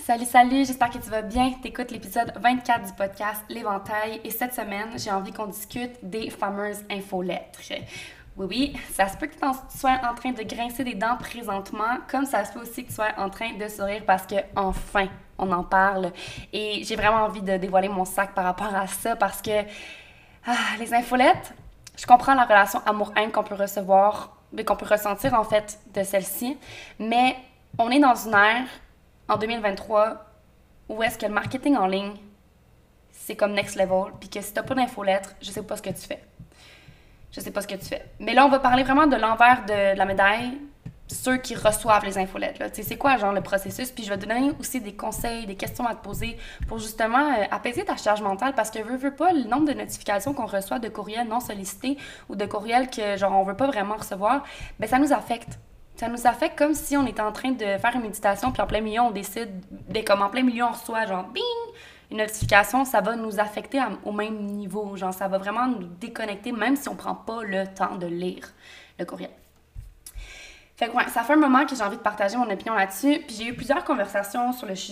Salut, j'espère que tu vas bien. T'écoutes l'épisode 24 du podcast L'Éventail et cette semaine, j'ai envie qu'on discute des fameuses infolettres. Oui, ça se peut que tu sois en train de grincer des dents présentement, comme ça se peut aussi que tu sois en train de sourire parce que enfin, on en parle. Et j'ai vraiment envie de dévoiler mon sac par rapport à ça parce que les infolettes, je comprends la relation amour-haine qu'on peut recevoir, qu'on peut ressentir en fait de celle-ci, mais on est dans une ère en 2023, où est-ce que le marketing en ligne, c'est comme next level, puis que si t'as pas d'infolettre, je sais pas ce que tu fais. Je sais pas ce que tu fais. Mais là, on va parler vraiment de l'envers de la médaille, ceux qui reçoivent les infolettes. Tu sais, c'est quoi, genre, le processus? Puis je vais te donner aussi des conseils, des questions à te poser pour justement apaiser ta charge mentale, parce que veux pas, le nombre de notifications qu'on reçoit de courriels non sollicités ou de courriels que, genre, on veut pas vraiment recevoir, ben ça nous affecte. Ça nous affecte comme si on était en train de faire une méditation, puis en plein milieu, on décide, comme en plein milieu, on reçoit genre, bing, une notification, ça va nous affecter au même niveau. Genre, ça va vraiment nous déconnecter, même si on prend pas le temps de lire le courriel. Fait que ouais, ça fait un moment que j'ai envie de partager mon opinion là-dessus, puis j'ai eu plusieurs conversations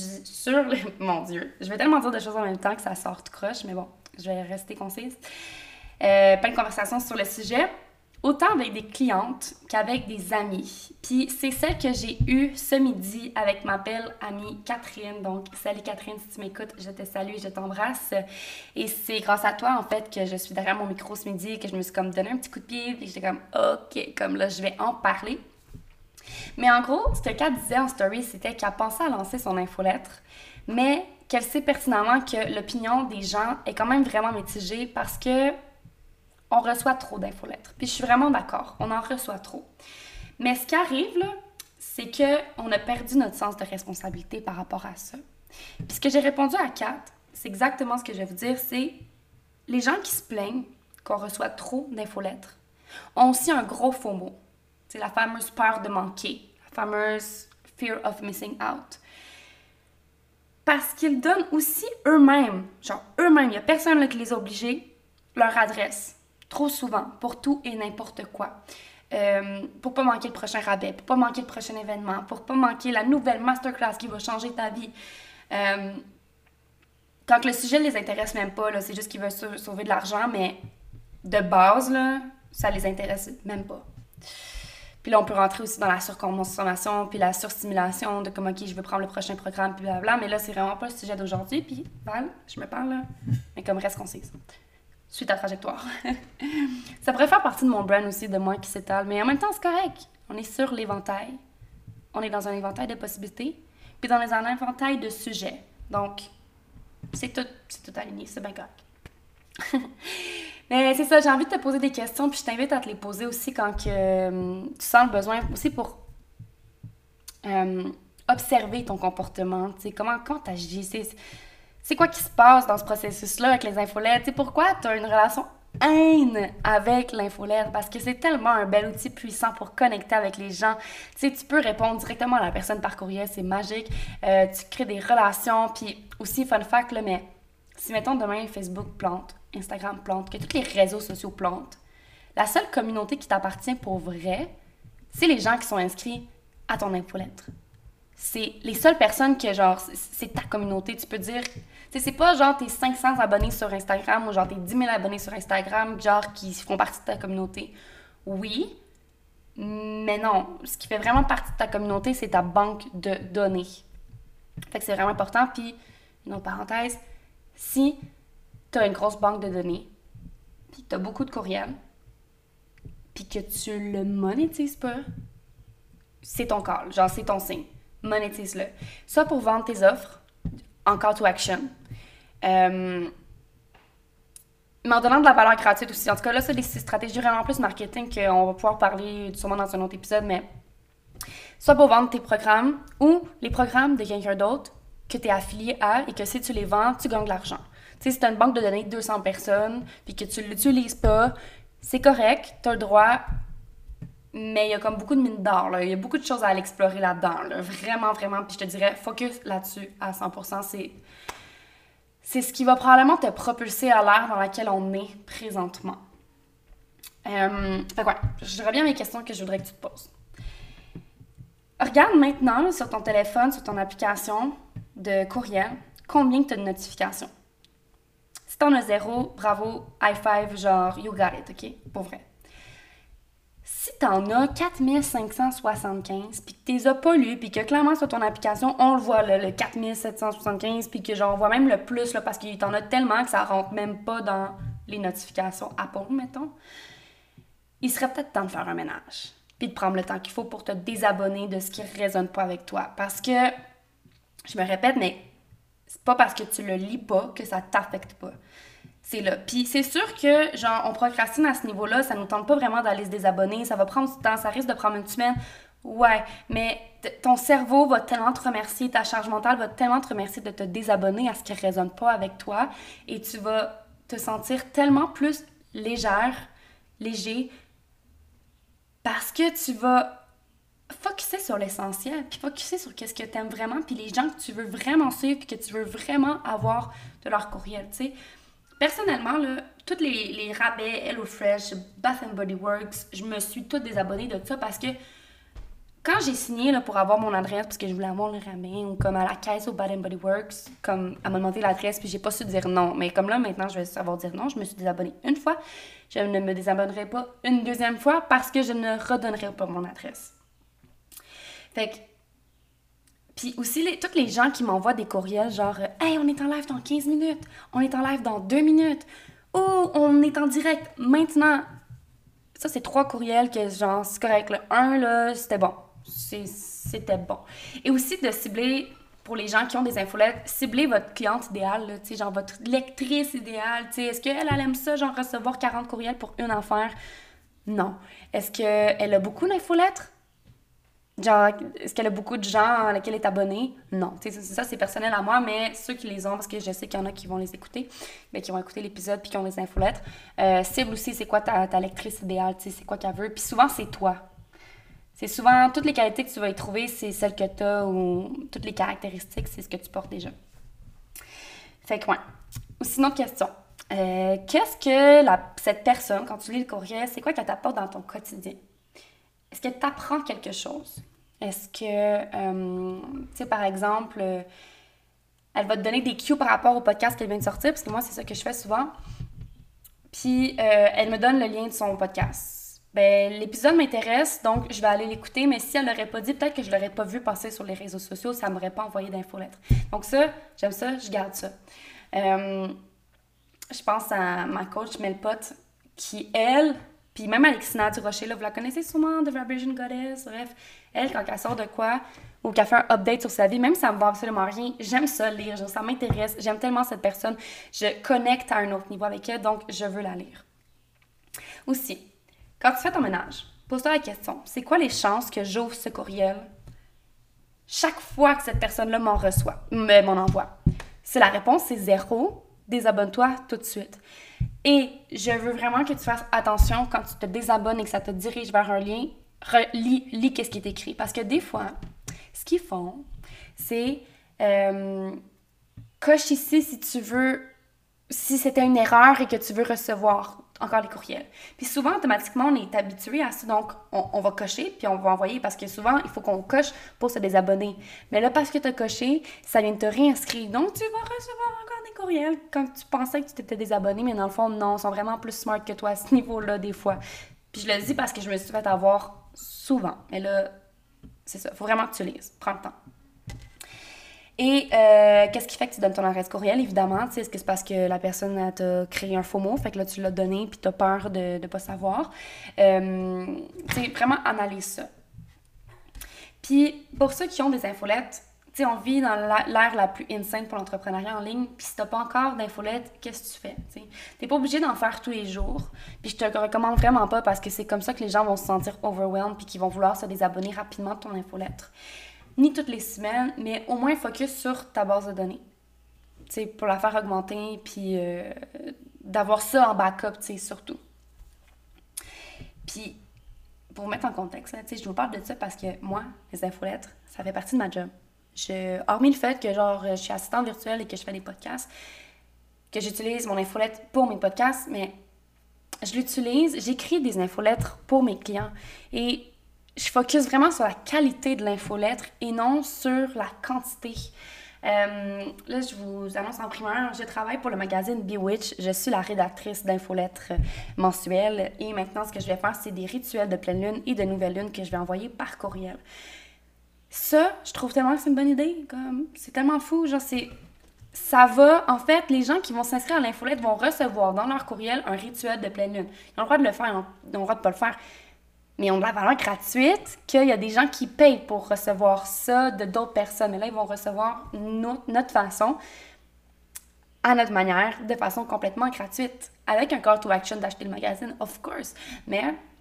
Mon Dieu, je vais tellement dire de choses en même temps que ça sort tout croche, mais bon, je vais rester concise. Plein de conversations sur le sujet. Autant avec des clientes qu'avec des amis. Puis c'est celle que j'ai eue ce midi avec ma belle amie Catherine. Donc, salut Catherine, si tu m'écoutes, je te salue et je t'embrasse. Et c'est grâce à toi, en fait, que je suis derrière mon micro ce midi et que je me suis comme donné un petit coup de pied. Puis j'étais comme, OK, comme là, je vais en parler. Mais en gros, ce que Kat disait en story, c'était qu'elle pensait à lancer son infolettre, mais qu'elle sait pertinemment que l'opinion des gens est quand même vraiment mitigée parce que on reçoit trop d'infolettres. Puis je suis vraiment d'accord, on en reçoit trop. Mais ce qui arrive, là, c'est qu'on a perdu notre sens de responsabilité par rapport à ça. Puis ce que j'ai répondu à Kat, c'est exactement ce que je vais vous dire, c'est les gens qui se plaignent qu'on reçoit trop d'infolettres ont aussi un gros faux mot. C'est la fameuse peur de manquer, la fameuse fear of missing out. Parce qu'ils donnent aussi eux-mêmes, il n'y a personne là, qui les a obligés, leur adresse. Trop souvent, pour tout et n'importe quoi. Pour pas manquer le prochain rabais, pour pas manquer le prochain événement, pour pas manquer la nouvelle masterclass qui va changer ta vie. Quand le sujet ne les intéresse même pas, là, c'est juste qu'ils veulent sauver de l'argent, mais de base, là, ça les intéresse même pas. Puis là, on peut rentrer aussi dans la surconsommation, puis la surstimulation de comme, OK, je veux prendre le prochain programme, puis blablabla, mais là, c'est vraiment pas le sujet d'aujourd'hui, puis Val, je me parle, là, mais comme reste concise. Suis ta trajectoire. Ça pourrait faire partie de mon brand aussi, de moi qui s'étale. Mais en même temps, c'est correct. On est sur l'éventail. On est dans un éventail de possibilités. Puis dans un éventail de sujets. Donc, c'est tout aligné. C'est bien correct. Mais c'est ça, j'ai envie de te poser des questions. Puis je t'invite à te les poser aussi quand que, tu sens le besoin. Aussi pour observer ton comportement. Tu sais, comment t'agis. C'est quoi qui se passe dans ce processus-là avec les infolettes? Tu sais, pourquoi tu as une relation haine avec l'infolette? Parce que c'est tellement un bel outil puissant pour connecter avec les gens. Tu sais, tu peux répondre directement à la personne par courriel, c'est magique. Tu crées des relations. Puis aussi, fun fact, là, mais si, mettons, demain, Facebook plante, Instagram plante, que tous les réseaux sociaux plantent, la seule communauté qui t'appartient pour vrai, c'est les gens qui sont inscrits à ton infolettre. C'est les seules personnes que, genre, c'est ta communauté. Tu peux dire, tu sais, c'est pas genre tes 500 abonnés sur Instagram ou genre tes 10 000 abonnés sur Instagram, genre, qui font partie de ta communauté. Oui, mais non. Ce qui fait vraiment partie de ta communauté, c'est ta banque de données. Fait que c'est vraiment important. Puis, une autre parenthèse, si t'as une grosse banque de données, puis t'as beaucoup de courriels, puis que tu le monétises pas, c'est ton call, genre, c'est ton signe. Monétise-le. Soit pour vendre tes offres, en call to action, mais en donnant de la valeur gratuite aussi. En tout cas, là, c'est des stratégies vraiment plus marketing qu'on va pouvoir parler sûrement dans un autre épisode, mais soit pour vendre tes programmes ou les programmes de quelqu'un d'autre que tu es affilié à et que si tu les vends, tu gagnes de l'argent. Tu sais, si tu as une banque de données de 200 personnes puis que tu ne l'utilises pas, c'est correct, tu as le droit. Mais il y a comme beaucoup de mines d'or, là. Il y a beaucoup de choses à aller explorer là-dedans, là. Vraiment, vraiment. Puis je te dirais, focus là-dessus à 100%. C'est ce qui va probablement te propulser à l'ère dans laquelle on est présentement. Fait que ouais, je reviens à mes questions que je voudrais que tu te poses. Regarde maintenant là, sur ton téléphone, sur ton application, de courriels, combien tu as de notifications. Si t'en as 0, bravo, high five, genre, you got it, OK? Pour vrai. Si t'en as 4575, puis que t'es as pas lu, puis que clairement sur ton application, on le voit, là, le 4775, puis que genre, on voit même le plus, là, parce qu'il t'en a tellement que ça rentre même pas dans les notifications Apple, mettons, il serait peut-être temps de faire un ménage, puis de prendre le temps qu'il faut pour te désabonner de ce qui ne résonne pas avec toi. Parce que, je me répète, mais c'est pas parce que tu le lis pas que ça t'affecte pas. C'est là. Puis c'est sûr que, genre, on procrastine à ce niveau-là, ça nous tente pas vraiment d'aller se désabonner, ça va prendre du temps, ça risque de prendre une semaine. Ouais, mais ton cerveau va tellement te remercier, ta charge mentale va tellement te remercier de te désabonner à ce qui ne résonne pas avec toi et tu vas te sentir tellement plus léger, parce que tu vas focusser sur l'essentiel, puis focusser sur qu'est-ce que tu aimes vraiment, puis les gens que tu veux vraiment suivre, puis que tu veux vraiment avoir de leur courriel, tu sais. Personnellement, là, tous les rabais, HelloFresh, Bath Body Works, je me suis toute désabonnée de ça parce que quand j'ai signé là, pour avoir mon adresse, parce que je voulais avoir le rabais, ou comme à la caisse au Bath Body Works, comme à m'a demandé l'adresse, puis j'ai pas su dire non. Mais comme là, maintenant, je vais savoir dire non. Je me suis désabonnée une fois. Je ne me désabonnerai pas une deuxième fois parce que je ne redonnerai pas mon adresse. Fait que puis aussi, tous les gens qui m'envoient des courriels genre « Hey, on est en live dans 15 minutes! On est en live dans 2 minutes! Oh, on est en direct maintenant! » Ça, c'est 3 courriels que, genre, c'est correct. Le 1, là, c'était bon. C'était bon. Et aussi de cibler, pour les gens qui ont des infolettes, cibler votre cliente idéale, là, tu sais, genre votre lectrice idéale. Tu sais, est-ce qu'elle aime ça, genre, recevoir 40 courriels pour une affaire? Non. Est-ce qu'elle a beaucoup d'infolettres? Genre, est-ce qu'elle a beaucoup de gens à lesquels elle est abonnée? Non. Tu sais, ça, c'est personnel à moi, mais ceux qui les ont, parce que je sais qu'il y en a qui vont les écouter, mais qui vont écouter l'épisode puis qui ont les infolettres, cible aussi, c'est quoi ta lectrice idéale, tu sais, c'est quoi qu'elle veut. Puis souvent, c'est toi. C'est souvent, toutes les qualités que tu vas y trouver, c'est celles que tu as, ou toutes les caractéristiques, c'est ce que tu portes déjà. Fait que, ouais. Aussi, une autre question. Qu'est-ce que cette personne, quand tu lis le courriel, c'est quoi qu'elle t'apporte dans ton quotidien? Est-ce qu'elle t'apprend quelque chose? Est-ce que, tu sais, par exemple, elle va te donner des cues par rapport au podcast qu'elle vient de sortir, parce que moi, c'est ça que je fais souvent. Puis, elle me donne le lien de son podcast. Ben, l'épisode m'intéresse, donc je vais aller l'écouter, mais si elle ne l'aurait pas dit, peut-être que je ne l'aurais pas vu passer sur les réseaux sociaux, ça ne m'aurait pas envoyé d'infolettre. Donc ça, j'aime ça, je garde ça. Je pense à ma coach Melpote, qui, elle... Puis même Alexina Durocher, là, vous la connaissez sûrement, The Vibration Goddess, bref. Elle, quand elle sort de quoi, ou qu'elle fait un update sur sa vie, même si ça me va absolument rien, j'aime ça lire, genre, ça m'intéresse, j'aime tellement cette personne, je connecte à un autre niveau avec elle, donc je veux la lire. Aussi, quand tu fais ton ménage, pose-toi la question, c'est quoi les chances que j'ouvre ce courriel chaque fois que cette personne-là m'en envoie? Si la réponse c'est 0, désabonne-toi tout de suite. Et je veux vraiment que tu fasses attention quand tu te désabonnes et que ça te dirige vers un lien, lis qu'est-ce qui est écrit. Parce que des fois, ce qu'ils font, c'est coche ici si tu veux, si c'était une erreur et que tu veux recevoir encore les courriels. Puis souvent, automatiquement, on est habitué à ça, donc on va cocher, puis on va envoyer, parce que souvent, il faut qu'on coche pour se désabonner. Mais là, parce que tu as coché, ça vient de te réinscrire, donc tu vas recevoir encore des courriels quand tu pensais que tu t'étais désabonné, mais dans le fond, non, ils sont vraiment plus smart que toi à ce niveau-là, des fois. Puis je le dis parce que je me suis fait avoir souvent. Mais là, c'est ça, il faut vraiment que tu lises. Prends le temps. Et qu'est-ce qui fait que tu donnes ton adresse courriel, évidemment? Est-ce que c'est parce que la personne t'a créé un faux mot, fait que là, tu l'as donné, puis tu as peur de ne pas savoir? Vraiment, analyse ça. Puis, pour ceux qui ont des infolettes, on vit dans l'ère la plus insane pour l'entrepreneuriat en ligne, puis si tu n'as pas encore d'infolettes, qu'est-ce que tu fais? Tu n'es pas obligé d'en faire tous les jours, puis je te le recommande vraiment pas parce que c'est comme ça que les gens vont se sentir overwhelmed puis qu'ils vont vouloir se désabonner rapidement de ton infolettre. Ni toutes les semaines, mais au moins focus sur ta base de données. T'sais, pour la faire augmenter, puis d'avoir ça en backup, surtout. Puis, pour vous mettre en contexte, là, je vous parle de ça parce que moi, les infolettres, ça fait partie de ma job. Hormis le fait que je suis assistante virtuelle et que je fais des podcasts, que j'utilise mon infolette pour mes podcasts, mais je l'utilise, j'écris des infolettres pour mes clients. Et je focus vraiment sur la qualité de l'infolettre et non sur la quantité. Là, je vous annonce en primeur, je travaille pour le magazine Bewitch. Je suis la rédactrice d'infolettres mensuelles. Et maintenant, ce que je vais faire, c'est des rituels de pleine lune et de nouvelle lune que je vais envoyer par courriel. Ça, je trouve tellement que c'est une bonne idée. C'est tellement fou. Genre, ça va, en fait, les gens qui vont s'inscrire à l'infolette vont recevoir dans leur courriel un rituel de pleine lune. Ils ont le droit de le faire, ils ont le droit de pas le faire. Mais ils ont de la valeur gratuite, qu'il y a des gens qui payent pour recevoir ça de d'autres personnes. Mais là, ils vont recevoir notre façon, à notre manière, de façon complètement gratuite. Avec un call to action d'acheter le magazine, of course. Mais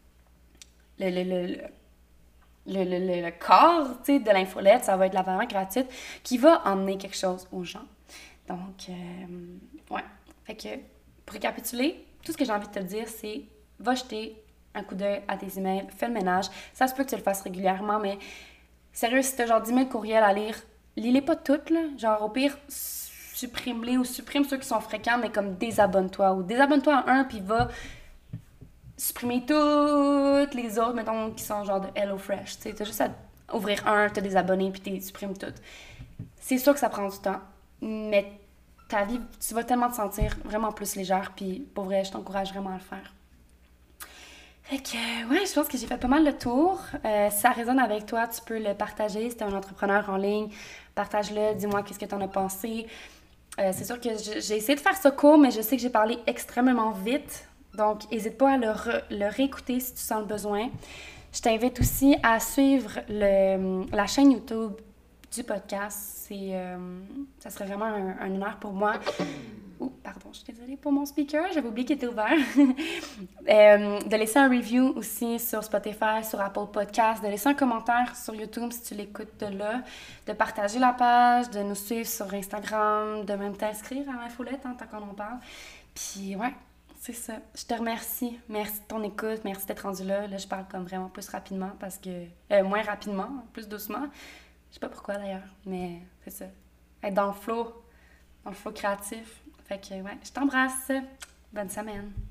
le corps de l'infolette, ça va être de la valeur gratuite qui va emmener quelque chose aux gens. Donc, ouais. Fait que, pour récapituler, tout ce que j'ai envie de te dire, c'est va jeter un coup d'œil à tes emails, fais le ménage. Ça se peut que tu le fasses régulièrement, mais sérieux, si t'as genre 10 000 courriels à lire, lis-les pas toutes, là. Genre, au pire, supprime-les ou supprime ceux qui sont fréquents, mais comme désabonne-toi. Ou désabonne-toi à un, puis va supprimer toutes les autres, mettons, qui sont genre de HelloFresh. Tu sais, t'as juste à ouvrir un, te désabonner, puis tu supprimes toutes. C'est sûr que ça prend du temps, mais ta vie, tu vas tellement te sentir vraiment plus légère, puis pour vrai, je t'encourage vraiment à le faire. Fait que, ouais, je pense que j'ai fait pas mal le tour. Si ça résonne avec toi, tu peux le partager. Si t'es un entrepreneur en ligne, partage-le, dis-moi qu'est-ce que t'en as pensé. C'est sûr que j'ai essayé de faire ça court, mais je sais que j'ai parlé extrêmement vite. Donc, n'hésite pas à le réécouter si tu sens le besoin. Je t'invite aussi à suivre la chaîne YouTube du podcast. Ça serait vraiment un honneur pour moi. Pardon, je suis désolée pour mon speaker, j'avais oublié qu'il était ouvert. De laisser un review aussi sur Spotify, sur Apple Podcasts, de laisser un commentaire sur YouTube si tu l'écoutes de là, de partager la page, de nous suivre sur Instagram, de même t'inscrire à l'infolette tant qu'on en parle. Puis ouais, c'est ça. Je te remercie. Merci de ton écoute, merci d'être rendu là. Là, je parle comme vraiment plus rapidement parce que... moins rapidement, plus doucement. Je sais pas pourquoi d'ailleurs, mais c'est ça. Être dans le flow créatif. Fait que, ouais, je t'embrasse. Bonne semaine.